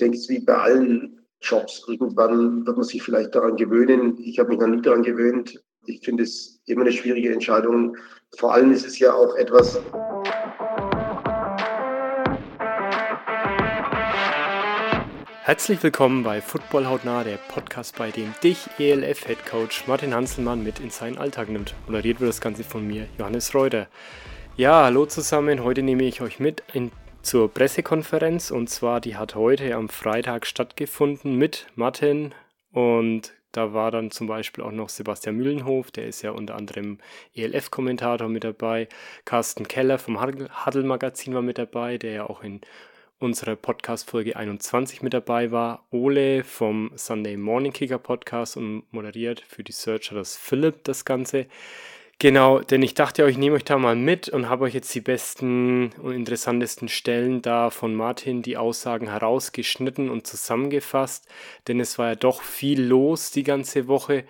denke, es ist wie bei allen Jobs. Irgendwann wird man sich vielleicht daran gewöhnen. Ich habe mich noch nie daran gewöhnt. Ich finde es immer eine schwierige Entscheidung. Vor allem ist es ja auch etwas. Herzlich willkommen bei Football hautnah, der Podcast, bei dem dich ELF-Headcoach Martin Hanselmann mit in seinen Alltag nimmt. Moderiert wird das Ganze von mir, Johannes Reuter. Ja, hallo zusammen, heute nehme ich euch mit zur Pressekonferenz, und zwar die hat heute am Freitag stattgefunden mit Martin, und da war dann zum Beispiel auch noch Sebastian Mühlenhof, der ist ja unter anderem ELF-Kommentator mit dabei, Carsten Keller vom Huddle-Magazin war mit dabei, der ja auch in unserer Podcast-Folge 21 mit dabei war, Ole vom Sunday Morning Kicker Podcast und moderiert für die Searcher das Philipp das Ganze. Genau, denn ich dachte, ich nehme euch da mal mit und habe euch jetzt die besten und interessantesten Stellen da von Martin, die Aussagen herausgeschnitten und zusammengefasst, denn es war ja doch viel los die ganze Woche.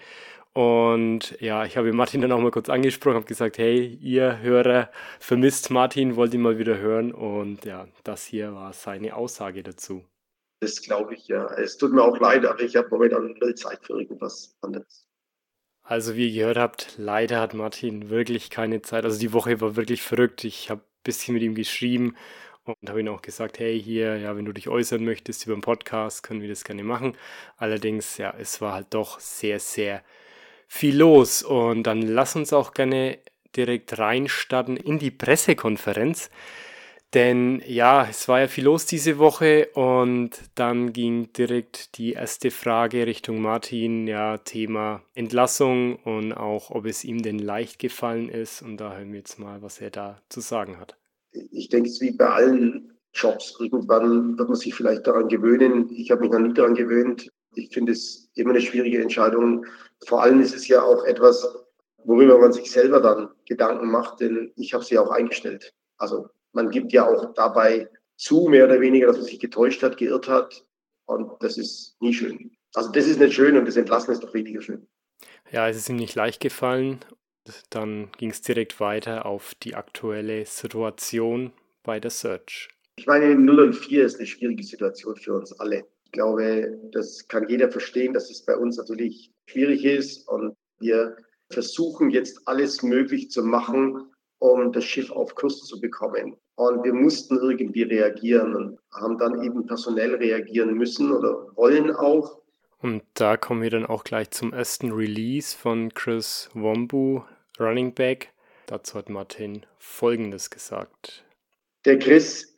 Und ja, ich habe Martin dann auch mal kurz angesprochen, habe gesagt, hey, ihr Hörer vermisst Martin, wollt ihr mal wieder hören? Und ja, das hier war seine Aussage dazu. Das glaube ich, ja. Es tut mir auch leid, aber ich habe momentan null Zeit für irgendwas anderes. Also wie ihr gehört habt, leider hat Martin wirklich keine Zeit. Also die Woche war wirklich verrückt. Ich habe ein bisschen mit ihm geschrieben und habe ihm auch gesagt, hey, hier, ja, wenn du dich äußern möchtest über den Podcast, können wir das gerne machen. Allerdings, ja, es war halt doch sehr, sehr viel los. Und dann lass uns auch gerne direkt reinstarten in die Pressekonferenz. Denn ja, es war ja viel los diese Woche, und dann ging direkt die erste Frage Richtung Martin, ja, Thema Entlassung und auch, ob es ihm denn leicht gefallen ist. Und da hören wir jetzt mal, was er da zu sagen hat. Ich denke, es ist wie bei allen Jobs. Irgendwann wird man sich vielleicht daran gewöhnen. Ich habe mich noch nie daran gewöhnt. Ich finde es immer eine schwierige Entscheidung. Vor allem ist es ja auch etwas, worüber man sich selber dann Gedanken macht, denn ich habe sie auch eingestellt. Also man gibt ja auch dabei zu, mehr oder weniger, dass man sich getäuscht hat, geirrt hat. Und das ist nie schön. Also das ist nicht schön, und das Entlassen ist doch weniger schön. Ja, es ist ihm nicht leicht gefallen. Dann ging es direkt weiter auf die aktuelle Situation bei der Search. Ich meine, 0 und 4 ist eine schwierige Situation für uns alle. Ich glaube, das kann jeder verstehen, dass es bei uns natürlich schwierig ist, und wir versuchen jetzt alles möglich zu machen, um das Schiff auf Kurs zu bekommen. Und wir mussten irgendwie reagieren und haben dann eben personell reagieren müssen oder wollen auch. Und da kommen wir dann auch gleich zum ersten Release von Chris Wombu, Running Back. Dazu hat Martin Folgendes gesagt. Der Chris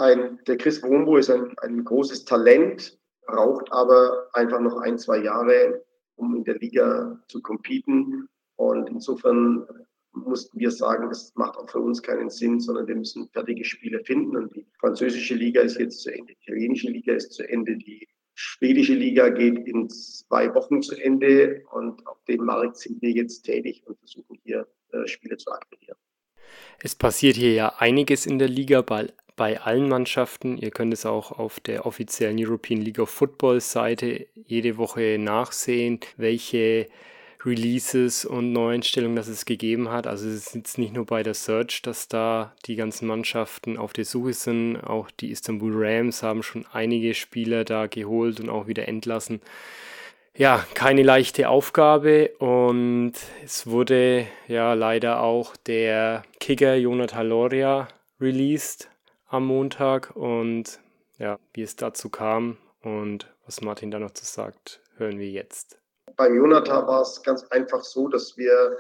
Wombu ist ein großes Talent, braucht aber einfach noch 1-2 Jahre, um in der Liga zu competen. Und insofern mussten wir sagen, das macht auch für uns keinen Sinn, sondern wir müssen fertige Spieler finden. Und die französische Liga ist jetzt zu Ende, die italienische Liga ist zu Ende, die schwedische Liga geht in 2 Wochen zu Ende. Und auf dem Markt sind wir jetzt tätig und versuchen hier Spieler zu akquirieren. Es passiert hier ja einiges in der Liga bei allen Mannschaften. Ihr könnt es auch auf der offiziellen European League of Football Seite jede Woche nachsehen, welche Releases und Neueinstellungen das es gegeben hat. Also es ist jetzt nicht nur bei der Search, dass da die ganzen Mannschaften auf der Suche sind. Auch die Istanbul Rams haben schon einige Spieler da geholt und auch wieder entlassen. Ja, keine leichte Aufgabe, und es wurde ja leider auch der Kicker Jonathan Loria released am Montag, und ja, wie es dazu kam und was Martin da noch zu sagt, hören wir jetzt. Beim Jonathan war es ganz einfach so, dass wir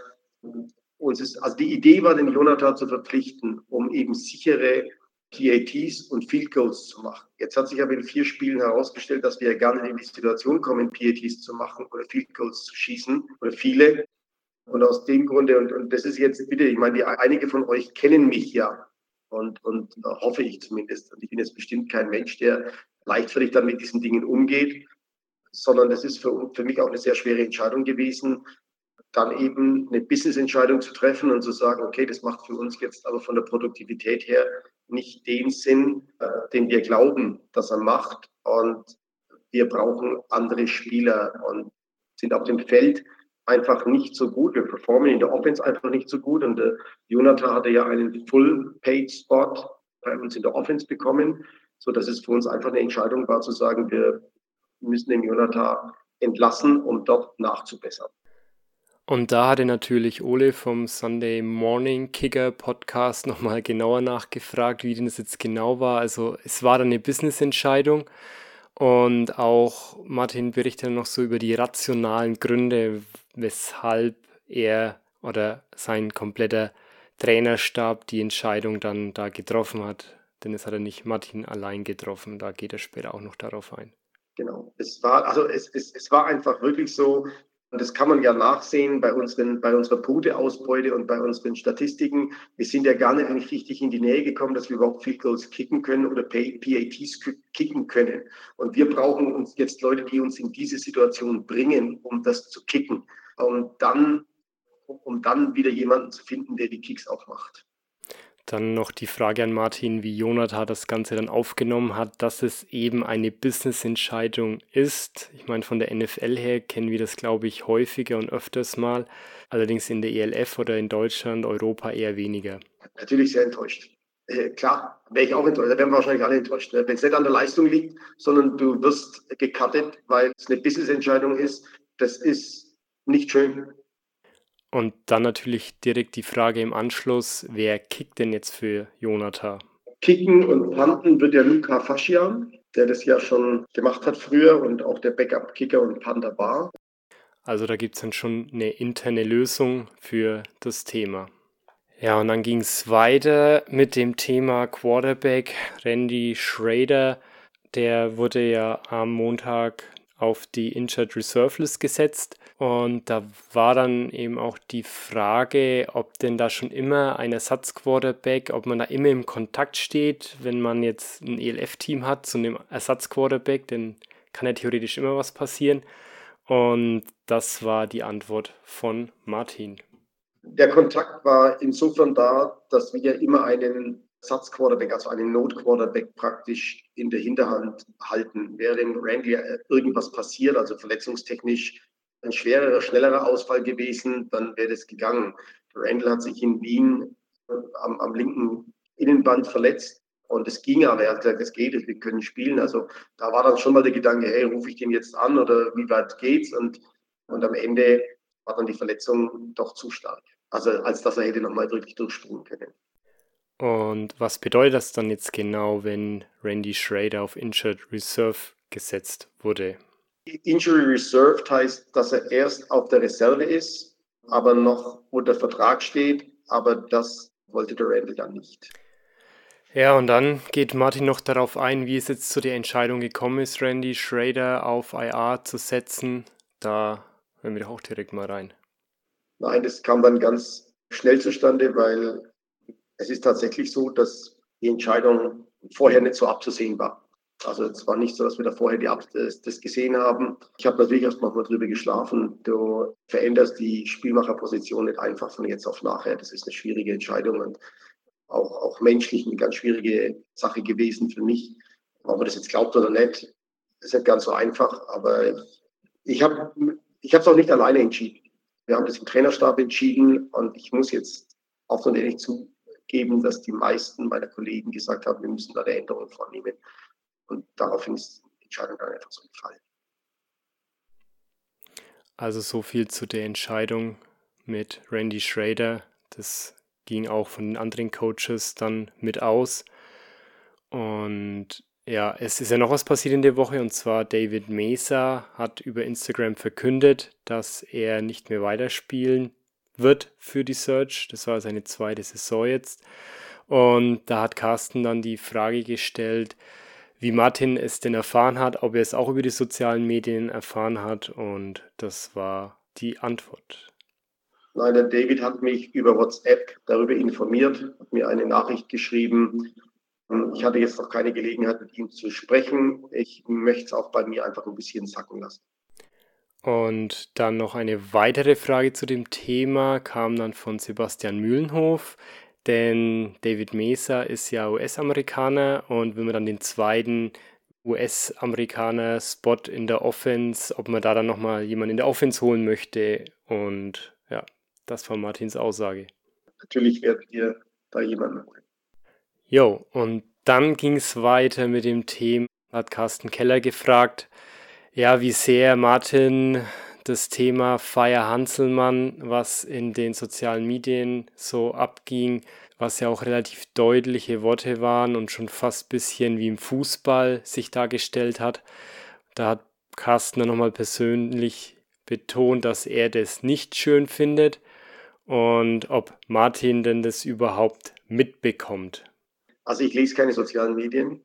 also die Idee war, den Jonathan zu verpflichten, um eben sichere PATs und Field Goals zu machen. Jetzt hat sich aber in 4 Spielen herausgestellt, dass wir ja gar nicht in die Situation kommen, PATs zu machen oder Field Goals zu schießen, oder viele. Und aus dem Grunde, und das ist jetzt bitte, ich meine, einige von euch kennen mich ja, und hoffe ich zumindest. Und ich bin jetzt bestimmt kein Mensch, der leichtfertig dann mit diesen Dingen umgeht, sondern das ist für mich auch eine sehr schwere Entscheidung gewesen, dann eben eine Business-Entscheidung zu treffen und zu sagen, okay, das macht für uns jetzt aber von der Produktivität her nicht den Sinn, den wir glauben, dass er macht. Und wir brauchen andere Spieler und sind auf dem Feld einfach nicht so gut. Wir performen in der Offense einfach nicht so gut. Und Jonathan hatte ja einen Full-Paid-Spot bei uns in der Offense bekommen. sodass es für uns einfach eine Entscheidung war, zu sagen, wir müssen den Jonathan entlassen, um dort nachzubessern. Und da hatte natürlich Ole vom Sunday Morning Kicker Podcast nochmal genauer nachgefragt, wie denn das jetzt genau war. Also es war dann eine Business-Entscheidung und auch Martin berichtet noch so über die rationalen Gründe, weshalb er oder sein kompletter Trainerstab die Entscheidung dann da getroffen hat. Denn es hat er nicht Martin allein getroffen, da geht er später auch noch darauf ein. Genau, es war einfach wirklich so, und das kann man ja nachsehen bei unserer Punkteausbeute und bei unseren Statistiken. Wir sind ja gar nicht richtig in die Nähe gekommen, dass wir überhaupt Field Goals kicken können oder PATs kicken können. Und wir brauchen uns jetzt Leute, die uns in diese Situation bringen, um das zu kicken. Und dann, um dann wieder jemanden zu finden, der die Kicks auch macht. Dann noch die Frage an Martin, wie Jonathan das Ganze dann aufgenommen hat, dass es eben eine Business-Entscheidung ist. Ich meine, von der NFL her kennen wir das, glaube ich, häufiger und öfters mal. Allerdings in der ELF oder in Deutschland, Europa eher weniger. Natürlich sehr enttäuscht. Klar, wäre ich auch enttäuscht. Da wären wir wahrscheinlich alle enttäuscht. Wenn es nicht an der Leistung liegt, sondern du wirst gecuttet, weil es eine Business-Entscheidung ist, das ist nicht schön. Und dann natürlich direkt die Frage im Anschluss, wer kickt denn jetzt für Jonathan? Kicken und Punten wird ja Luca Fascian, der das ja schon gemacht hat früher und auch der Backup-Kicker und Punter war. Also da gibt es dann schon eine interne Lösung für das Thema. Ja, und dann ging es weiter mit dem Thema Quarterback. Randy Schrader, der wurde ja am Montag auf die Injured Reserve List gesetzt. Und da war dann eben auch die Frage, ob denn da schon immer ein Ersatzquarterback, ob man da immer im Kontakt steht, wenn man jetzt ein ELF-Team hat zu einem Ersatzquarterback, dann kann ja theoretisch immer was passieren. Und das war die Antwort von Martin. Der Kontakt war insofern da, dass wir ja immer einen Ersatzquarterback, also einen Notquarterback praktisch in der Hinterhand halten. Wäre dem Randy irgendwas passiert, also verletzungstechnisch ein schwererer, schnellerer Ausfall gewesen, dann wäre das gegangen. Randall hat sich in Wien am linken Innenband verletzt und es ging aber. Er hat gesagt, es geht, wir können spielen. Also da war dann schon mal der Gedanke, hey, rufe ich den jetzt an oder wie weit geht's? Und am Ende war dann die Verletzung doch zu stark. Also als dass er hätte nochmal wirklich durchspringen können. Und was bedeutet das dann jetzt genau, wenn Randy Schrader auf Injured Reserve gesetzt wurde? Injury Reserved heißt, dass er erst auf der Reserve ist, aber noch unter Vertrag steht. Aber das wollte der Randall dann nicht. Ja, und dann geht Martin noch darauf ein, wie es jetzt zu der Entscheidung gekommen ist, Randy Schrader auf IR zu setzen. Da hören wir doch auch direkt mal rein. Nein, das kam dann ganz schnell zustande, weil es ist tatsächlich so, dass die Entscheidung vorher nicht so abzusehen war. Also es war nicht so, dass wir da vorher das gesehen haben. Ich habe natürlich erst mal drüber geschlafen. Du veränderst die Spielmacherposition nicht einfach von jetzt auf nachher. Das ist eine schwierige Entscheidung und auch menschlich eine ganz schwierige Sache gewesen für mich. Ob man das jetzt glaubt oder nicht, ist nicht ganz so einfach. Aber ich habe es auch nicht alleine entschieden. Wir haben das im Trainerstab entschieden und ich muss jetzt auch so ehrlich zugeben, dass die meisten meiner Kollegen gesagt haben, wir müssen da eine Änderung vornehmen. Und daraufhin ist die Entscheidung dann einfach so gefallen. Also so viel zu der Entscheidung mit Randy Schrader. Das ging auch von den anderen Coaches dann mit aus. Und ja, es ist ja noch was passiert in der Woche, und zwar David Mesa hat über Instagram verkündet, dass er nicht mehr weiterspielen wird für die Surge. Das war seine zweite Saison jetzt. Und da hat Carsten dann die Frage gestellt, wie Martin es denn erfahren hat, ob er es auch über die sozialen Medien erfahren hat. Und das war die Antwort. Nein, der David hat mich über WhatsApp darüber informiert, hat mir eine Nachricht geschrieben. Ich hatte jetzt noch keine Gelegenheit, mit ihm zu sprechen. Ich möchte es auch bei mir einfach ein bisschen sacken lassen. Und dann noch eine weitere Frage zu dem Thema kam dann von Sebastian Mühlenhof, denn David Mesa ist ja US-Amerikaner, und wenn man dann den zweiten US-Amerikaner-Spot in der Offense, ob man da dann nochmal jemanden in der Offense holen möchte, und ja, das war Martins Aussage. Natürlich werdet ihr da jemanden holen. Jo, und Dann ging es weiter mit dem Thema, hat Carsten Keller gefragt, ja, wie sehr Martin das Thema Feier Hanselmann, was in den sozialen Medien so abging, was ja auch relativ deutliche Worte waren und schon fast ein bisschen wie im Fußball sich dargestellt hat. Da hat Carsten dann nochmal persönlich betont, dass er das nicht schön findet und ob Martin denn das überhaupt mitbekommt. Also ich lese keine sozialen Medien.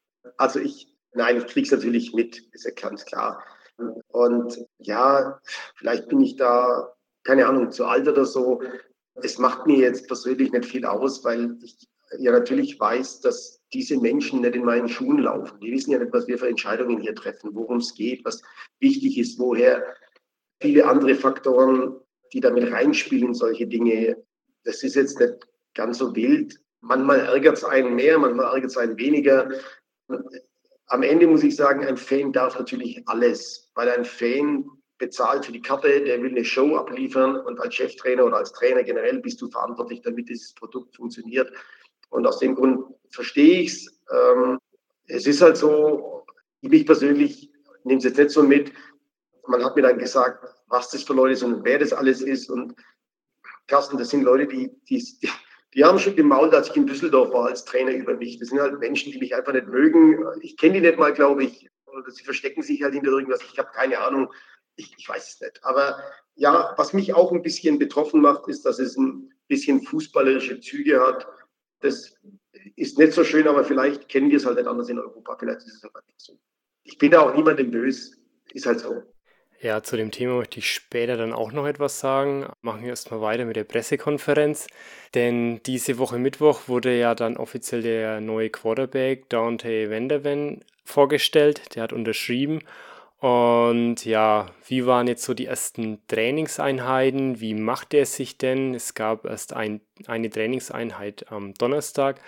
Nein, ich kriege es natürlich mit, ist ja ganz klar. Und ja, vielleicht bin ich da, keine Ahnung, zu alt oder so. Es macht mir jetzt persönlich nicht viel aus, weil ich ja natürlich weiß, dass diese Menschen nicht in meinen Schuhen laufen. Die wissen ja nicht, was wir für Entscheidungen hier treffen, worum es geht, was wichtig ist, woher viele andere Faktoren, die damit reinspielen, solche Dinge. Das ist jetzt nicht ganz so wild. Manchmal ärgert es einen mehr, manchmal ärgert es einen weniger. Am Ende muss ich sagen, ein Fan darf natürlich alles, weil ein Fan bezahlt für die Karte, der will eine Show abliefern und als Cheftrainer oder als Trainer generell bist du verantwortlich, damit dieses Produkt funktioniert. Und aus dem Grund verstehe ich es. Es ist halt so, ich persönlich nehme es jetzt nicht so mit. Man hat mir dann gesagt, was das für Leute sind und wer das alles ist. Und Carsten, das sind Leute, die haben schon im Maul, als ich in Düsseldorf war als Trainer über mich. Das sind halt Menschen, die mich einfach nicht mögen. Ich kenne die nicht mal, glaube ich. Oder sie verstecken sich halt hinter irgendwas. Ich habe keine Ahnung. Ich weiß es nicht. Aber ja, was mich auch ein bisschen betroffen macht, ist, dass es ein bisschen fußballerische Züge hat. Das ist nicht so schön, aber vielleicht kennen wir es halt nicht anders in Europa. Vielleicht ist es halt einfach so. Ich bin da auch niemandem böse. Ist halt so. Ja, zu dem Thema möchte ich später dann auch noch etwas sagen. Machen wir erstmal weiter mit der Pressekonferenz. Denn diese Woche Mittwoch wurde ja dann offiziell der neue Quarterback, Dante Vanderven, vorgestellt. Der hat unterschrieben. Und ja, wie waren jetzt so die ersten Trainingseinheiten? Wie macht er sich denn? Es gab erst eine Trainingseinheit am Donnerstag.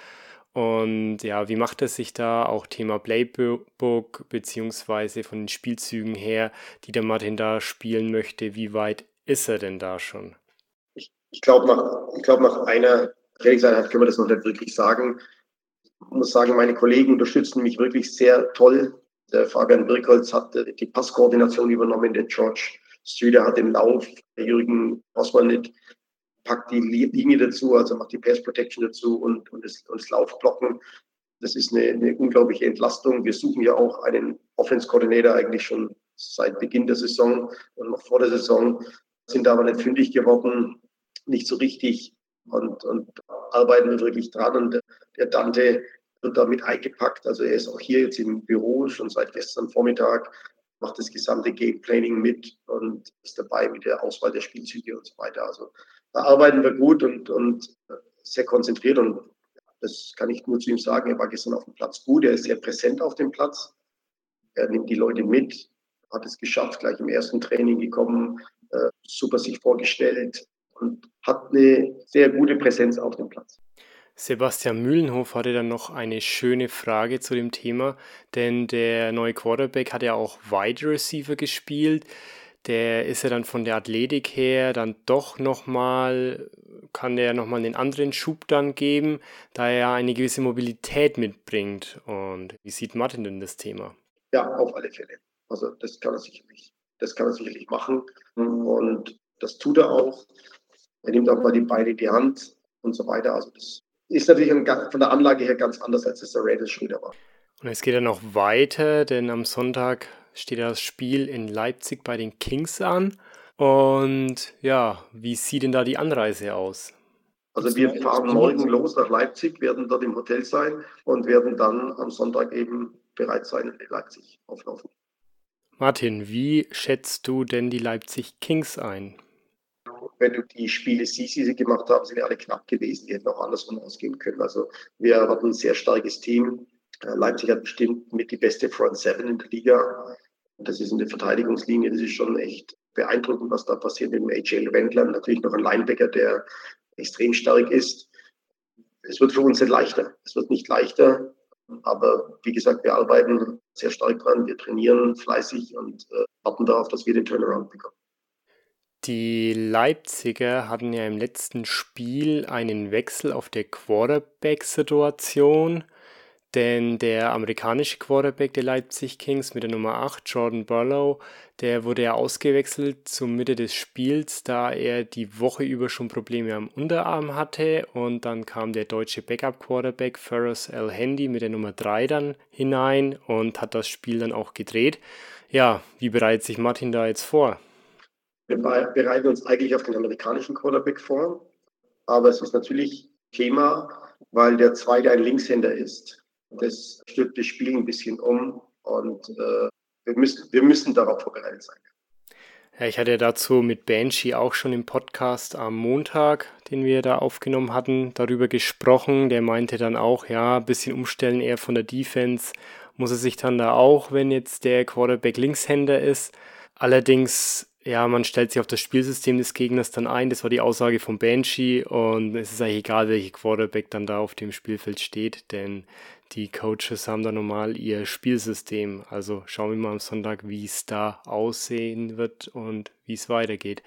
Und ja, wie macht er sich da? Auch Thema Playbook, beziehungsweise von den Spielzügen her, die der Martin da spielen möchte. Wie weit ist er denn da schon? Ich glaube, nach einer Trainingseinheit können wir das noch nicht wirklich sagen. Ich muss sagen, meine Kollegen unterstützen mich wirklich sehr toll. Der Fabian Birkholz hat die Passkoordination übernommen, der George Streeter hat den Lauf, der Jürgen Oswald packt die Linie dazu, also macht die Pass Protection dazu und das Laufblocken. Das ist eine unglaubliche Entlastung. Wir suchen ja auch einen Offense-Coordinator eigentlich schon seit Beginn der Saison und noch vor der Saison, sind aber nicht fündig geworden, nicht so richtig und arbeiten wir wirklich dran. Und der Dante wird damit eingepackt. Also er ist auch hier jetzt im Büro schon seit gestern Vormittag, macht das gesamte Game Planning mit und ist dabei mit der Auswahl der Spielzüge und so weiter. Also da arbeiten wir gut und sehr konzentriert und das kann ich nur zu ihm sagen. Er war gestern auf dem Platz gut, er ist sehr präsent auf dem Platz. Er nimmt die Leute mit, hat es geschafft, gleich im ersten Training gekommen, super sich vorgestellt und hat eine sehr gute Präsenz auf dem Platz. Sebastian Mühlenhof hatte dann noch eine schöne Frage zu dem Thema, denn der neue Quarterback hat ja auch Wide Receiver gespielt. Der ist ja dann von der Athletik her dann doch nochmal, kann der nochmal einen anderen Schub dann geben, da er eine gewisse Mobilität mitbringt. Und wie sieht Martin denn das Thema? Ja, auf alle Fälle. Also das kann er sicherlich machen und das tut er auch. Er nimmt auch mal die Beine in die Hand und so weiter. Also das ist natürlich von der Anlage her ganz anders, als es der Raiders Schröder war. Und es geht dann noch weiter, denn am Sonntag steht ja das Spiel in Leipzig bei den Kings an. Und ja, wie sieht denn da die Anreise aus? Also wir fahren morgen los nach Leipzig, werden dort im Hotel sein und werden dann am Sonntag eben bereit sein, in Leipzig auflaufen. Martin, wie schätzt du denn die Leipzig Kings ein? Wenn du die Spiele siehst, die sie gemacht haben, sind ja alle knapp gewesen. Die hätten auch andersrum ausgehen können. Also wir hatten ein sehr starkes Team. Leipzig hat bestimmt mit die beste Front Seven in der Liga. Und das ist in der Verteidigungslinie. Das ist schon echt beeindruckend, was da passiert mit dem AJ Wendler. Natürlich noch ein Linebacker, der extrem stark ist. Es wird für uns nicht leichter. Es wird nicht leichter. Aber wie gesagt, wir arbeiten sehr stark dran. Wir trainieren fleißig und warten darauf, dass wir den Turnaround bekommen. Die Leipziger hatten ja im letzten Spiel einen Wechsel auf der Quarterback-Situation. denn der amerikanische Quarterback der Leipzig Kings mit der Nummer 8, Jordan Burlow, der wurde ja ausgewechselt zur Mitte des Spiels, da er die Woche über schon Probleme am Unterarm hatte. Und dann kam der deutsche Backup-Quarterback Ferris El Handy mit der Nummer 3 dann hinein und hat das Spiel dann auch gedreht. Ja, wie bereitet sich Martin da jetzt vor? Wir bereiten uns eigentlich auf den amerikanischen Quarterback vor, aber es ist natürlich Thema, weil der Zweite ein Linkshänder ist. Das stülpt das Spiel ein bisschen um und wir müssen darauf vorbereitet sein. Ja, ich hatte dazu mit Banshee auch schon im Podcast am Montag, den wir da aufgenommen hatten, darüber gesprochen. Der meinte dann auch, ja, ein bisschen umstellen eher von der Defense muss er sich dann da auch, wenn jetzt der Quarterback Linkshänder ist. Allerdings, ja, man stellt sich auf das Spielsystem des Gegners dann ein. Das war die Aussage von Banshee und es ist eigentlich egal, welcher Quarterback dann da auf dem Spielfeld steht, denn die Coaches haben da normal ihr Spielsystem. Also schauen wir mal am Sonntag, wie es da aussehen wird und wie es weitergeht.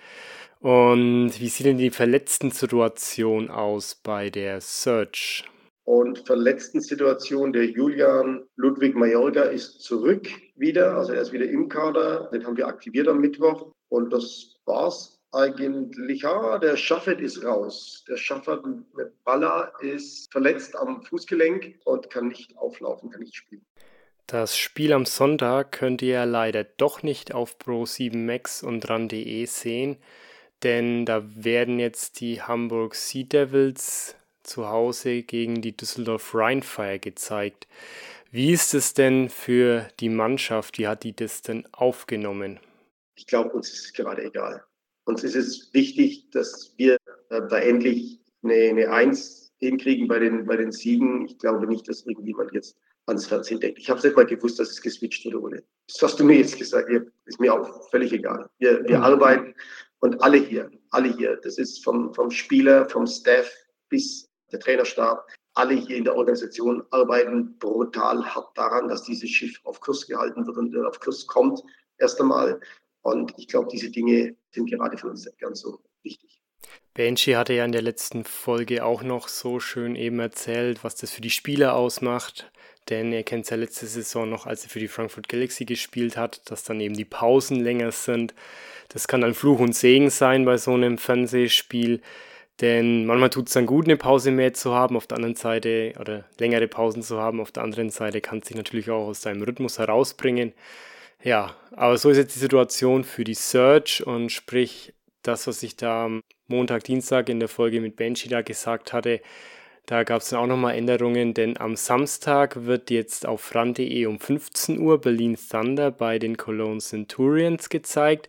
Und wie sieht denn die Verletzten-Situation aus bei der Search? Und verletzten Situation, der Julian Ludwig Majorga ist zurück wieder, also er ist wieder im Kader, den haben wir aktiviert am Mittwoch und das war's eigentlich. Ja, der Schaffert ist raus. Der Schaffert Baller ist verletzt am Fußgelenk und kann nicht auflaufen, kann nicht spielen. Das Spiel am Sonntag könnt ihr leider doch nicht auf Pro7 Max und ran.de sehen, denn da werden jetzt die Hamburg Sea Devils zu Hause gegen die Düsseldorf Rheinfire gezeigt. Wie ist es denn für die Mannschaft? Wie hat die das denn aufgenommen? Ich glaube, uns ist es gerade egal. Uns ist es wichtig, dass wir da endlich eine Eins hinkriegen bei den Siegen. Ich glaube nicht, dass irgendjemand jetzt ans Herz hindenkt. Ich habe es nicht mal gewusst, dass es geswitcht wurde. Das hast du mir jetzt gesagt. Ist mir auch völlig egal. Wir arbeiten und alle hier, das ist vom Spieler, vom Staff bis der Trainerstab, alle hier in der Organisation arbeiten brutal hart daran, dass dieses Schiff auf Kurs gehalten wird und auf Kurs kommt, erst einmal. Und ich glaube, diese Dinge sind gerade für uns nicht ganz so wichtig. Banshee hatte ja in der letzten Folge auch noch so schön eben erzählt, was das für die Spieler ausmacht. Denn er kennt es ja letzte Saison noch, als er für die Frankfurt Galaxy gespielt hat, dass dann eben die Pausen länger sind. Das kann dann Fluch und Segen sein bei so einem Fernsehspiel. Denn manchmal tut es dann gut, eine Pause mehr zu haben, auf der anderen Seite, oder längere Pausen zu haben. Auf der anderen Seite kann es sich natürlich auch aus deinem Rhythmus herausbringen. Ja, aber so ist jetzt die Situation für die Search und sprich, das, was ich da am Montag, Dienstag in der Folge mit Banshee da gesagt hatte, da gab es dann auch nochmal Änderungen, denn am Samstag wird jetzt auf ran.de um 15 Uhr Berlin Thunder bei den Cologne Centurions gezeigt.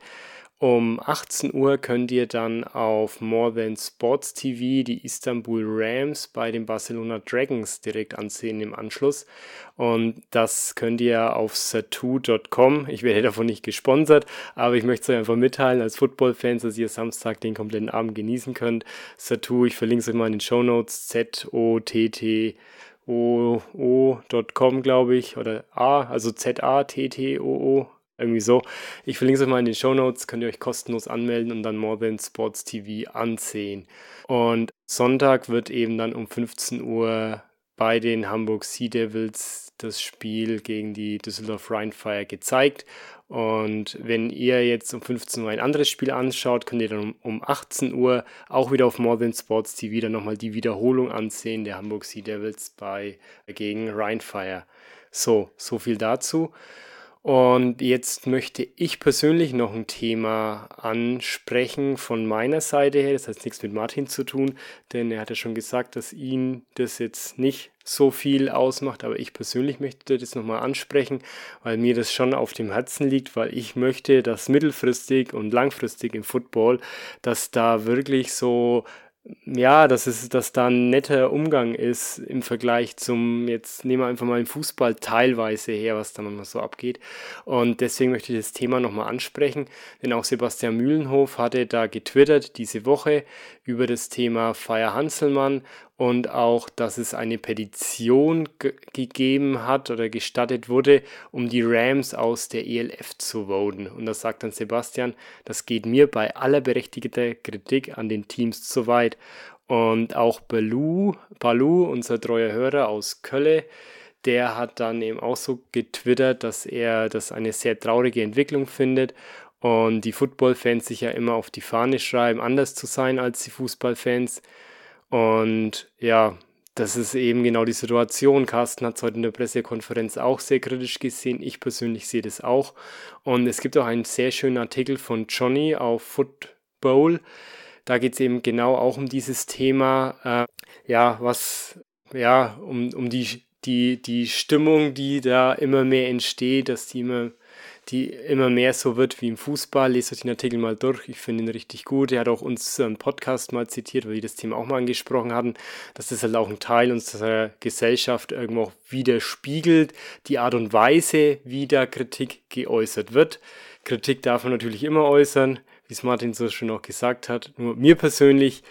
Um 18 Uhr könnt ihr dann auf More Than Sports TV die Istanbul Rams bei den Barcelona Dragons direkt ansehen im Anschluss. Und das könnt ihr auf satu.com. Ich werde davon nicht gesponsert, aber ich möchte es euch einfach mitteilen als Football-Fans, dass ihr Samstag den kompletten Abend genießen könnt. Satu, ich verlinke es euch mal in den Shownotes, ZOTTOO.com, glaube ich, oder A, also ZATTOO. Irgendwie so. Ich verlinke es euch mal in den Shownotes, könnt ihr euch kostenlos anmelden und dann More Than Sports TV ansehen. Und Sonntag wird eben dann um 15 Uhr bei den Hamburg Sea Devils das Spiel gegen die Düsseldorf Rheinfire gezeigt. Und wenn ihr jetzt um 15 Uhr ein anderes Spiel anschaut, könnt ihr dann um 18 Uhr auch wieder auf More Than Sports TV dann nochmal die Wiederholung ansehen der Hamburg Sea Devils gegen Rheinfire. So viel dazu. Und jetzt möchte ich persönlich noch ein Thema ansprechen von meiner Seite her. Das hat nichts mit Martin zu tun, denn er hat ja schon gesagt, dass ihn das jetzt nicht so viel ausmacht. Aber ich persönlich möchte das nochmal ansprechen, weil mir das schon auf dem Herzen liegt, weil ich möchte, dass mittelfristig und langfristig im Football, dass da wirklich so, ja, dass da ein netter Umgang ist im Vergleich zum, jetzt nehmen wir einfach mal den Fußball teilweise her, was da manchmal so abgeht. Und deswegen möchte ich das Thema nochmal ansprechen, denn auch Sebastian Mühlenhof hatte da getwittert diese Woche über das Thema Feier Hanselmann und auch, dass es eine Petition gegeben hat oder gestattet wurde, um die Rams aus der ELF zu voten. Und da sagt dann Sebastian, das geht mir bei aller berechtigter Kritik an den Teams zu weit. Und auch Balu, unser treuer Hörer aus Kölle, der hat dann eben auch so getwittert, dass er das eine sehr traurige Entwicklung findet und die Football-Fans sich ja immer auf die Fahne schreiben, anders zu sein als die Fußballfans. Und ja, das ist eben genau die Situation. Carsten hat es heute in der Pressekonferenz auch sehr kritisch gesehen. Ich persönlich sehe das auch. Und es gibt auch einen sehr schönen Artikel von Johnny auf Football. Da geht es eben genau auch um dieses Thema, um die Stimmung, die da immer mehr entsteht, dass die immer mehr so wird wie im Fußball. Lest euch den Artikel mal durch, ich finde ihn richtig gut. Er hat auch unseren Podcast mal zitiert, weil wir das Thema auch mal angesprochen hatten, dass das halt auch ein Teil unserer Gesellschaft irgendwo auch widerspiegelt, die Art und Weise, wie da Kritik geäußert wird. Kritik darf man natürlich immer äußern, wie es Martin so schön auch gesagt hat. Nur mir persönlich,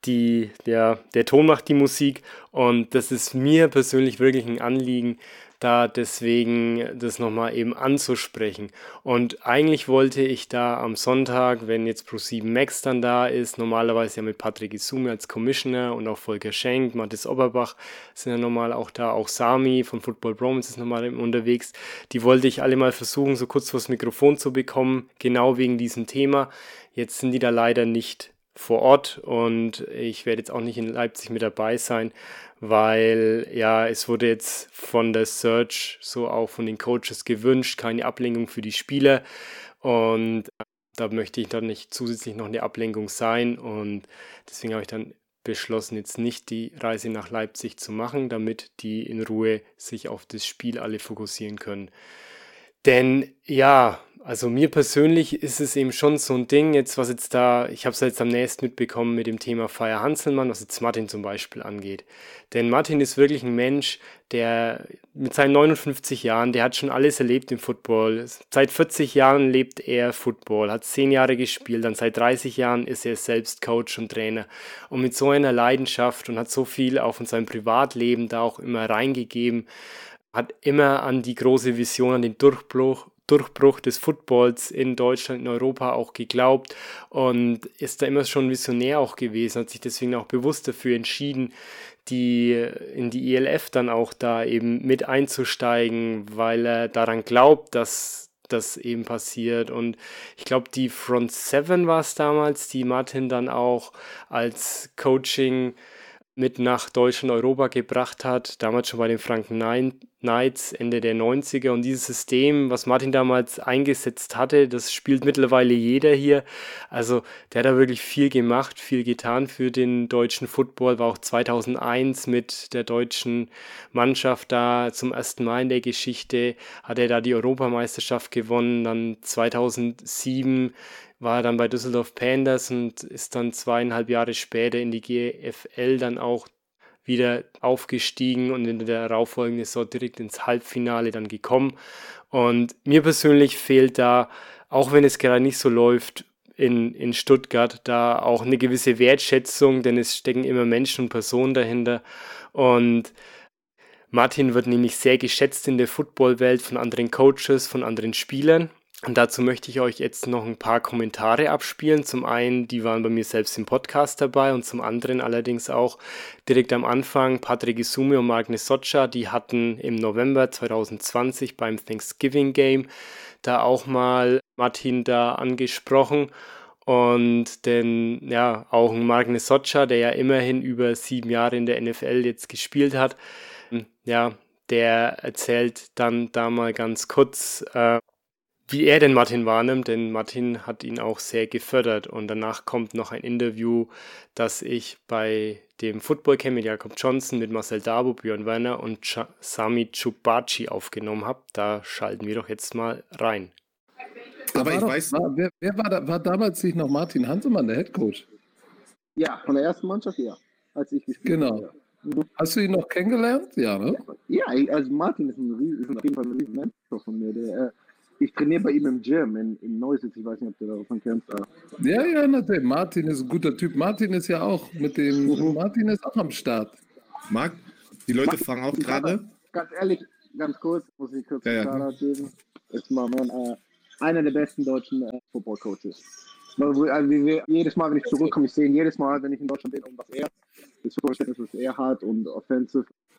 der Ton macht die Musik und das ist mir persönlich wirklich ein Anliegen, da deswegen das nochmal eben anzusprechen. Und eigentlich wollte ich da am Sonntag, wenn jetzt Pro7 Max dann da ist, normalerweise ja mit Patrick Isume als Commissioner und auch Volker Schenk, Mathis Oberbach sind ja normal auch da, auch Sami von Football Bromance ist nochmal unterwegs. Die wollte ich alle mal versuchen, so kurz vors Mikrofon zu bekommen, genau wegen diesem Thema. Jetzt sind die da leider nicht vor Ort und ich werde jetzt auch nicht in Leipzig mit dabei sein, weil ja, es wurde jetzt von der Search so auch von den Coaches gewünscht, keine Ablenkung für die Spieler und da möchte ich dann nicht zusätzlich noch eine Ablenkung sein und deswegen habe ich dann beschlossen, jetzt nicht die Reise nach Leipzig zu machen, damit die in Ruhe sich auf das Spiel alle fokussieren können. Denn ja, also mir persönlich ist es eben schon so ein Ding, ich habe es jetzt am nächsten mitbekommen mit dem Thema Feier Hanselmann, was jetzt Martin zum Beispiel angeht. Denn Martin ist wirklich ein Mensch, der mit seinen 59 Jahren, der hat schon alles erlebt im Football. Seit 40 Jahren lebt er Football, hat 10 Jahre gespielt, dann seit 30 Jahren ist er selbst Coach und Trainer. Und mit so einer Leidenschaft und hat so viel auch in seinem Privatleben da auch immer reingegeben, hat immer an die große Vision, an den Durchbruch des Footballs in Deutschland, in Europa auch geglaubt und ist da immer schon visionär auch gewesen, hat sich deswegen auch bewusst dafür entschieden, in die ELF dann auch da eben mit einzusteigen, weil er daran glaubt, dass das eben passiert. Und ich glaube, die Front Seven war es damals, die Martin dann auch als Coaching mit nach Deutschland, Europa gebracht hat, damals schon bei den Franken Knights, Ende der 90er. Und dieses System, was Martin damals eingesetzt hatte, das spielt mittlerweile jeder hier. Also der hat da wirklich viel gemacht, viel getan für den deutschen Football, war auch 2001 mit der deutschen Mannschaft da zum ersten Mal in der Geschichte, hat er da die Europameisterschaft gewonnen, dann 2007 war er dann bei Düsseldorf Panthers und ist dann 2,5 Jahre später in die GFL dann auch wieder aufgestiegen und in der darauffolgenden Saison direkt ins Halbfinale dann gekommen. Und mir persönlich fehlt da, auch wenn es gerade nicht so läuft, in Stuttgart da auch eine gewisse Wertschätzung, denn es stecken immer Menschen und Personen dahinter. Und Martin wird nämlich sehr geschätzt in der Footballwelt von anderen Coaches, von anderen Spielern. Und dazu möchte ich euch jetzt noch ein paar Kommentare abspielen. Zum einen, die waren bei mir selbst im Podcast dabei und zum anderen allerdings auch direkt am Anfang Patrick Isume und Mark Nesocca, die hatten im November 2020 beim Thanksgiving Game da auch mal Martin da angesprochen. Und auch ein Mark Nesocca, der ja immerhin über 7 Jahre in der NFL jetzt gespielt hat, der erzählt dann da mal ganz kurz, wie er den Martin wahrnimmt, denn Martin hat ihn auch sehr gefördert. Und danach kommt noch ein Interview, das ich bei dem Football Camp mit Jakob Johnson, mit Marcel Dabo, Björn Werner und Sami Chubachi aufgenommen habe. Da schalten wir doch jetzt mal rein. Aber wer war damals nicht noch Martin Hanselmann, der Headcoach? Ja, von der ersten Mannschaft, ja. Als ich gespielt habe. Genau. Ja. Hast du ihn noch kennengelernt? Ja, ne? Ja, also Martin ist auf jeden Fall ein riesen Mentor von mir. Ich trainiere bei ihm im Gym in Neusitz, ich weiß nicht, ob du davon kennst. Ja, natürlich. Martin ist ein guter Typ. Martin ist ja auch Martin ist auch am Start. Marc, die Leute fragen auch gerade. Ganz ehrlich, ganz kurz, muss ich kurz Shoutout geben. Ist einer der besten deutschen Football-Coaches. Also jedes Mal, wenn ich zurückkomme, ich sehe ihn jedes Mal, wenn ich in Deutschland bin, und was er hat und Offensive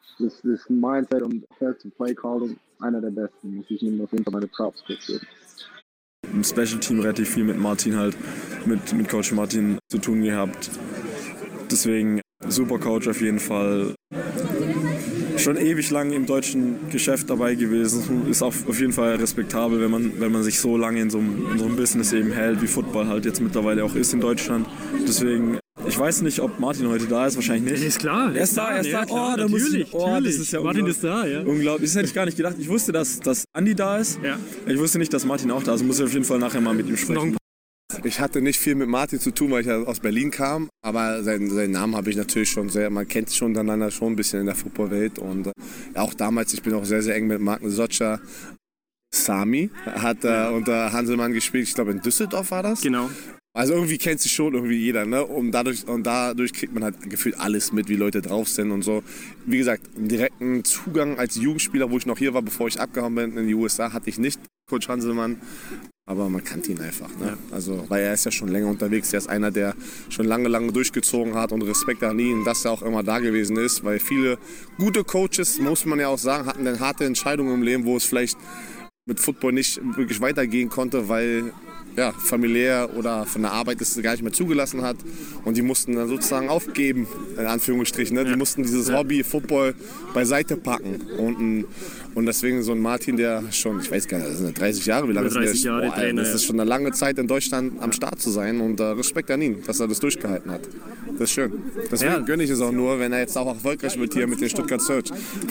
das Mindset und Offensive Play Calling, einer der besten. Muss ich ihm auf jeden Fall meine Props geben. Im Special Team relativ viel mit Martin halt, mit Coach Martin zu tun gehabt. Deswegen super Coach auf jeden Fall. Schon ewig lang im deutschen Geschäft dabei gewesen. Ist auf jeden Fall respektabel, wenn man sich so lange in so einem Business eben hält, wie Football halt jetzt mittlerweile auch ist in Deutschland. Deswegen, ich weiß nicht, ob Martin heute da ist, wahrscheinlich nicht. Ist klar. Er ist da. Oh, natürlich. Das ist ja Martin ist da, ja. Unglaublich. Das hätte ich gar nicht gedacht. Ich wusste, dass Andi da ist. Ja. Ich wusste nicht, dass Martin auch da ist. Also muss ich auf jeden Fall nachher mal mit ihm sprechen. Ich hatte nicht viel mit Martin zu tun, weil ich ja aus Berlin kam, aber seinen Namen habe ich natürlich schon man kennt sich schon untereinander schon ein bisschen in der Footballwelt und auch damals, ich bin auch sehr, sehr eng mit Mark Socha. Sami hat unter Hanselmann gespielt, ich glaube in Düsseldorf war das. Genau. Also irgendwie kennt sich schon irgendwie jeder, ne? Und dadurch kriegt man halt gefühlt alles mit, wie Leute drauf sind und so. Wie gesagt, einen direkten Zugang als Jugendspieler, wo ich noch hier war, bevor ich abgehauen bin in die USA, hatte ich nicht, Coach Hanselmann. Aber man kannte ihn einfach, ne? Ja. Also, weil er ist ja schon länger unterwegs. Er ist einer, der schon lange durchgezogen hat und Respekt an ihn, dass er auch immer da gewesen ist. Weil viele gute Coaches, muss man ja auch sagen, hatten dann harte Entscheidungen im Leben, wo es vielleicht mit Football nicht wirklich weitergehen konnte, weil ja, familiär oder von der Arbeit es gar nicht mehr zugelassen hat. Und die mussten dann sozusagen aufgeben, in Anführungsstrichen. Ne? Die mussten dieses Hobby Football beiseite packen. Und deswegen so ein Martin, der schon, ich weiß gar nicht, das sind 30 Jahre, wie lange ist 30 Jahre Trainer, das ist schon eine lange Zeit in Deutschland am Start zu sein und Respekt an ihn, dass er das durchgehalten hat. Das ist schön. Deswegen gönne ich es auch nur, wenn er jetzt auch erfolgreich wird hier mit den Stuttgart Search.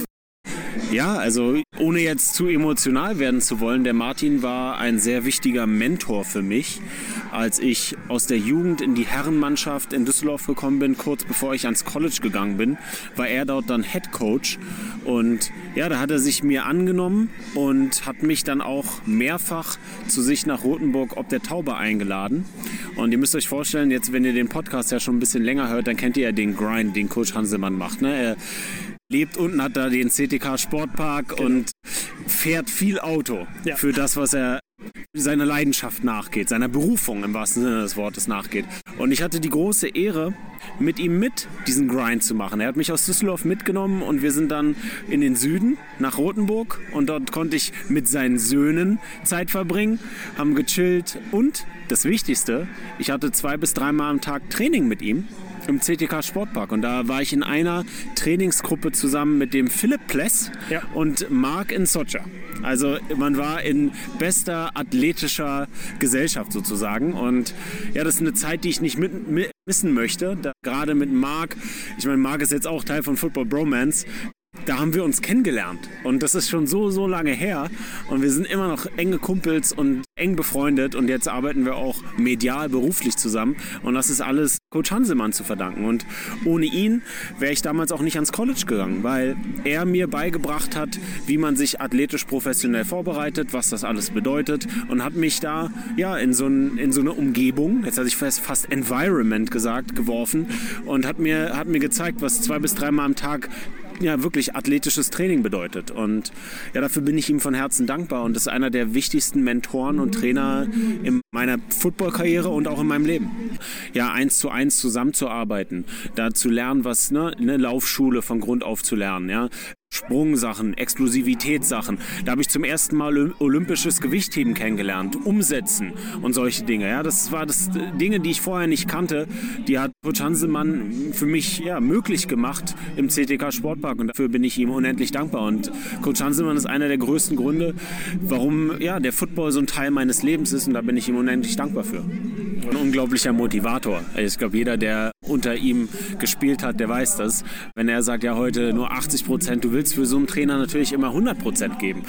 Ja, also ohne jetzt zu emotional werden zu wollen, der Martin war ein sehr wichtiger Mentor für mich. Als ich aus der Jugend in die Herrenmannschaft in Düsseldorf gekommen bin, kurz bevor ich ans College gegangen bin, war er dort dann Head Coach. Und ja, da hat er sich mir angenommen und hat mich dann auch mehrfach zu sich nach Rothenburg ob der Taube eingeladen. Und ihr müsst euch vorstellen, jetzt wenn ihr den Podcast ja schon ein bisschen länger hört, dann kennt ihr ja den Grind, den Coach Hanselmann macht, ne? Er lebt unten, hat da den CTK Sportpark und fährt viel Auto für das, was er seiner Leidenschaft nachgeht, seiner Berufung im wahrsten Sinne des Wortes nachgeht. Und ich hatte die große Ehre, mit ihm diesen Grind zu machen. Er hat mich aus Düsseldorf mitgenommen und wir sind dann in den Süden nach Rothenburg und dort konnte ich mit seinen Söhnen Zeit verbringen, haben gechillt und das Wichtigste, ich hatte 2 bis 3 Mal am Tag Training mit ihm im CTK Sportpark und da war ich in einer Trainingsgruppe zusammen mit dem Philipp Pless und Mark Socha. Also man war in bester athletischer Gesellschaft sozusagen und ja, das ist eine Zeit, die ich nicht missen möchte. Gerade mit Mark, ich meine, Mark ist jetzt auch Teil von Football Bromance. Da haben wir uns kennengelernt und das ist schon so lange her und wir sind immer noch enge Kumpels und eng befreundet und jetzt arbeiten wir auch medial beruflich zusammen und das ist alles Coach Hanselmann zu verdanken und ohne ihn wäre ich damals auch nicht ans College gegangen, weil er mir beigebracht hat, wie man sich athletisch professionell vorbereitet, was das alles bedeutet und hat mich da in so eine Umgebung, jetzt hatte ich fast Environment gesagt, geworfen und hat mir gezeigt, was 2 bis 3 Mal am Tag wirklich athletisches Training bedeutet. Und ja, dafür bin ich ihm von Herzen dankbar und das ist einer der wichtigsten Mentoren und Trainer in meiner Football-Karriere und auch in meinem Leben. Ja, 1:1 zusammenzuarbeiten, da zu lernen, was eine Laufschule von Grund auf zu lernen, ja. Sprungsachen, Explosivitätssachen. Da habe ich zum ersten Mal olympisches Gewichtheben kennengelernt, Umsetzen und solche Dinge. Ja, das war Dinge, die ich vorher nicht kannte. Die hat Coach Hanselmann für mich möglich gemacht im CTK Sportpark und dafür bin ich ihm unendlich dankbar. Und Coach Hanselmann ist einer der größten Gründe, warum der Football so ein Teil meines Lebens ist und da bin ich ihm unendlich dankbar für. Ein unglaublicher Motivator. Ich glaube, jeder, der unter ihm gespielt hat, der weiß das. Wenn er sagt, ja, heute nur 80%, du willst für so einen Trainer natürlich immer 100% geben.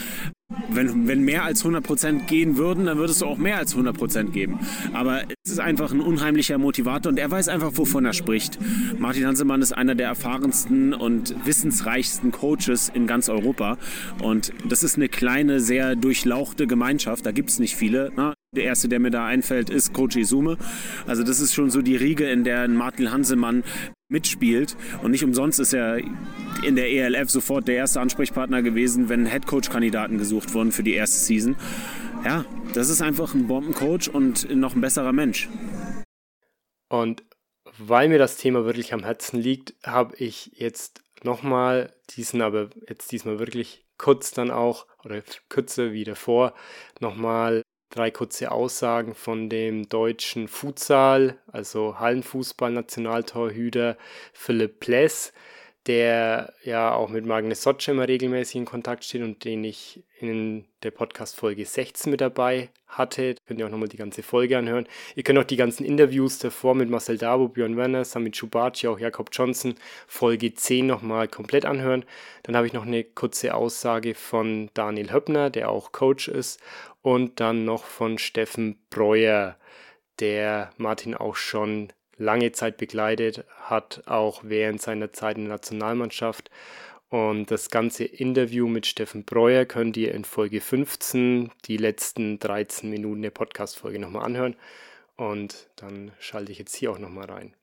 Wenn mehr als 100% gehen würden, dann würdest du auch mehr als 100% geben. Aber es ist einfach ein unheimlicher Motivator und er weiß einfach, wovon er spricht. Martin Hanselmann ist einer der erfahrensten und wissensreichsten Coaches in ganz Europa. Und das ist eine kleine, sehr durchlauchte Gemeinschaft. Da gibt es nicht viele. Ne? Der erste, der mir da einfällt, ist Coach Izume. Also das ist schon so die Riege, in der Martin Hanselmann mitspielt. Und nicht umsonst ist er in der ELF sofort der erste Ansprechpartner gewesen, wenn Headcoach-Kandidaten gesucht wurden für die erste Season. Ja, das ist einfach ein Bombencoach und noch ein besserer Mensch. Und weil mir das Thema wirklich am Herzen liegt, habe ich jetzt nochmal. Die sind aber jetzt diesmal wirklich kurz dann auch, oder kürzer wie davor, nochmal 3 kurze Aussagen von dem deutschen Futsal, also Hallenfußball-Nationaltorhüter Philipp Pless, der ja auch mit Magnus Sotsche immer regelmäßig in Kontakt steht und den ich in der Podcast-Folge 16 mit dabei hatte. Da könnt ihr auch nochmal die ganze Folge anhören. Ihr könnt auch die ganzen Interviews davor mit Marcel Dabo, Björn Werner, Samit Schubaci, auch Jakob Johnson, Folge 10 nochmal komplett anhören. Dann habe ich noch eine kurze Aussage von Daniel Höppner, der auch Coach ist, und dann noch von Steffen Breuer, der Martin auch schon lange Zeit begleitet hat, auch während seiner Zeit in der Nationalmannschaft. Und das ganze Interview mit Steffen Breuer könnt ihr in Folge 15, die letzten 13 Minuten der Podcast-Folge nochmal anhören. Und dann schalte ich jetzt hier auch nochmal rein.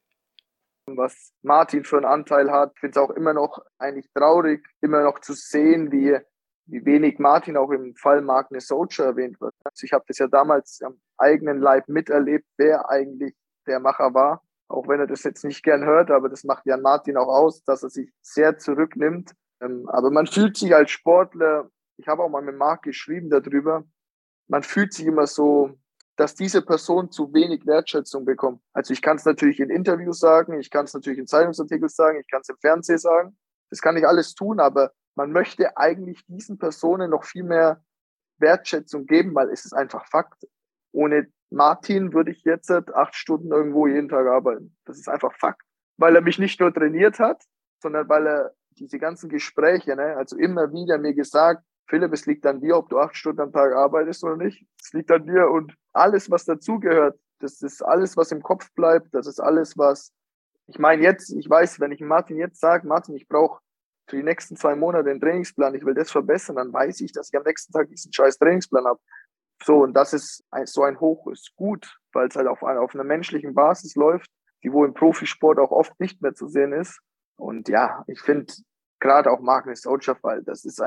Was Martin für einen Anteil hat, ich finde es auch immer noch eigentlich traurig, immer noch zu sehen, wie wenig Martin auch im Fall Magnus Sotsche erwähnt wird. Also ich habe das ja damals am eigenen Leib miterlebt, wer eigentlich der Macher war. Auch wenn er das jetzt nicht gern hört, aber das macht Jan Martin auch aus, dass er sich sehr zurücknimmt. Aber man fühlt sich als Sportler, ich habe auch mal mit Marc geschrieben darüber, man fühlt sich immer so, dass diese Person zu wenig Wertschätzung bekommt. Also ich kann es natürlich in Interviews sagen, ich kann es natürlich in Zeitungsartikeln sagen, ich kann es im Fernsehen sagen. Das kann ich alles tun, aber man möchte eigentlich diesen Personen noch viel mehr Wertschätzung geben, weil es ist einfach Fakt. Ohne Martin würde ich jetzt 8 Stunden irgendwo jeden Tag arbeiten. Das ist einfach Fakt. Weil er mich nicht nur trainiert hat, sondern weil er diese ganzen Gespräche, also immer wieder mir gesagt, Philipp, es liegt an dir, ob du 8 Stunden am Tag arbeitest oder nicht. Es liegt an dir und alles, was dazugehört, das ist alles, was im Kopf bleibt. Das ist alles, was, ich meine jetzt, ich weiß, wenn ich Martin jetzt sage, Martin, ich brauche für die nächsten 2 Monate einen Trainingsplan, ich will das verbessern, dann weiß ich, dass ich am nächsten Tag diesen scheiß Trainingsplan habe. So, und das ist so ein hohes Gut, weil es halt auf einer menschlichen Basis läuft, die wohl im Profisport auch oft nicht mehr zu sehen ist. Und ja, ich finde gerade auch Magnus Sotsche, weil das ist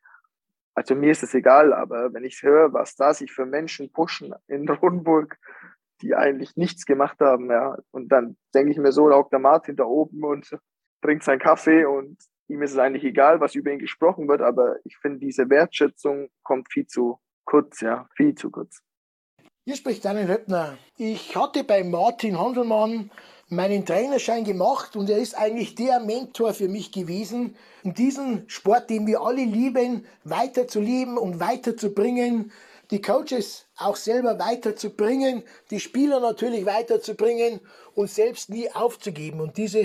also mir ist es egal, aber wenn ich höre, was da sich für Menschen pushen in Rodenburg, die eigentlich nichts gemacht haben, ja, und dann denke ich mir so, da hockt der Martin da oben und trinkt seinen Kaffee und ihm ist es eigentlich egal, was über ihn gesprochen wird, aber ich finde, diese Wertschätzung kommt viel zu kurz, ja, viel zu kurz. Hier spricht Daniel Höppner. Ich hatte bei Martin Hanselmann meinen Trainerschein gemacht und er ist eigentlich der Mentor für mich gewesen, um diesen Sport, den wir alle lieben, weiterzuleben und weiterzubringen, die Coaches auch selber weiterzubringen, die Spieler natürlich weiterzubringen und selbst nie aufzugeben und diese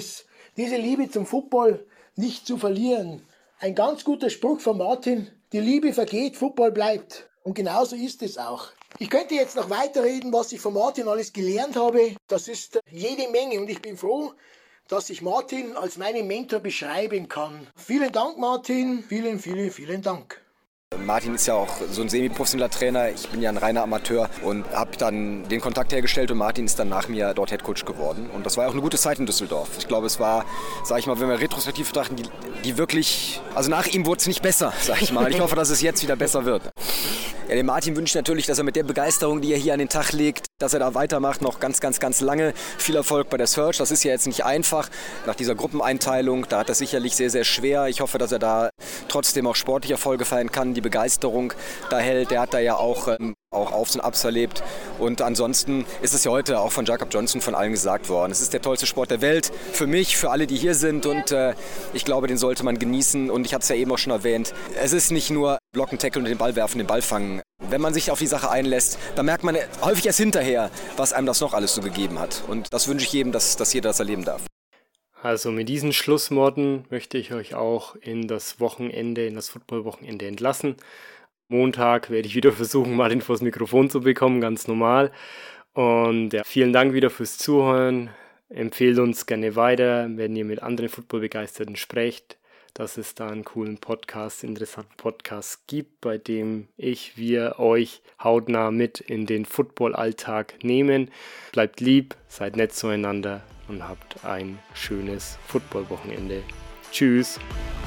Liebe zum Football nicht zu verlieren. Ein ganz guter Spruch von Martin, die Liebe vergeht, Football bleibt. Und genauso ist es auch. Ich könnte jetzt noch weiterreden, was ich von Martin alles gelernt habe. Das ist jede Menge und ich bin froh, dass ich Martin als meinen Mentor beschreiben kann. Vielen Dank, Martin. Vielen, vielen, vielen Dank. Martin ist ja auch so ein semi-professioneller Trainer. Ich bin ja ein reiner Amateur und habe dann den Kontakt hergestellt und Martin ist dann nach mir dort Headcoach geworden. Und das war auch eine gute Zeit in Düsseldorf. Ich glaube, es war, sage ich mal, wenn wir retrospektiv betrachten, die wirklich, also nach ihm wurde es nicht besser, sage ich mal. Ich hoffe, dass es jetzt wieder besser wird. Ja, dem Martin wünsche ich natürlich, dass er mit der Begeisterung, die er hier an den Tag legt, dass er da weitermacht, noch ganz, ganz, ganz lange. Viel Erfolg bei der Search. Das ist ja jetzt nicht einfach. Nach dieser Gruppeneinteilung, da hat er sicherlich sehr, sehr schwer. Ich hoffe, dass er da trotzdem auch sportliche Erfolge feiern kann, die Begeisterung da hält. Der hat da ja auch Aufs und Abs erlebt. Und ansonsten ist es ja heute auch von Jakob Johnson von allen gesagt worden. Es ist der tollste Sport der Welt für mich, für alle, die hier sind. Und ich glaube, den sollte man genießen. Und ich hatte es ja eben auch schon erwähnt, es ist nicht nur Blocken, Tackle und den Ball werfen, den Ball fangen. Wenn man sich auf die Sache einlässt, dann merkt man häufig erst hinterher, was einem das noch alles so gegeben hat. Und das wünsche ich jedem, dass jeder das erleben darf. Also mit diesen Schlussworten möchte ich euch auch in das Football-Wochenende entlassen. Montag werde ich wieder versuchen, Martin vors Mikrofon zu bekommen, ganz normal. Und ja, vielen Dank wieder fürs Zuhören. Empfehlt uns gerne weiter, wenn ihr mit anderen Football-Begeisterten sprecht, dass es da einen coolen Podcast, interessanten Podcast gibt, bei dem wir euch hautnah mit in den Football-Alltag nehmen. Bleibt lieb, seid nett zueinander und habt ein schönes Football-Wochenende. Tschüss!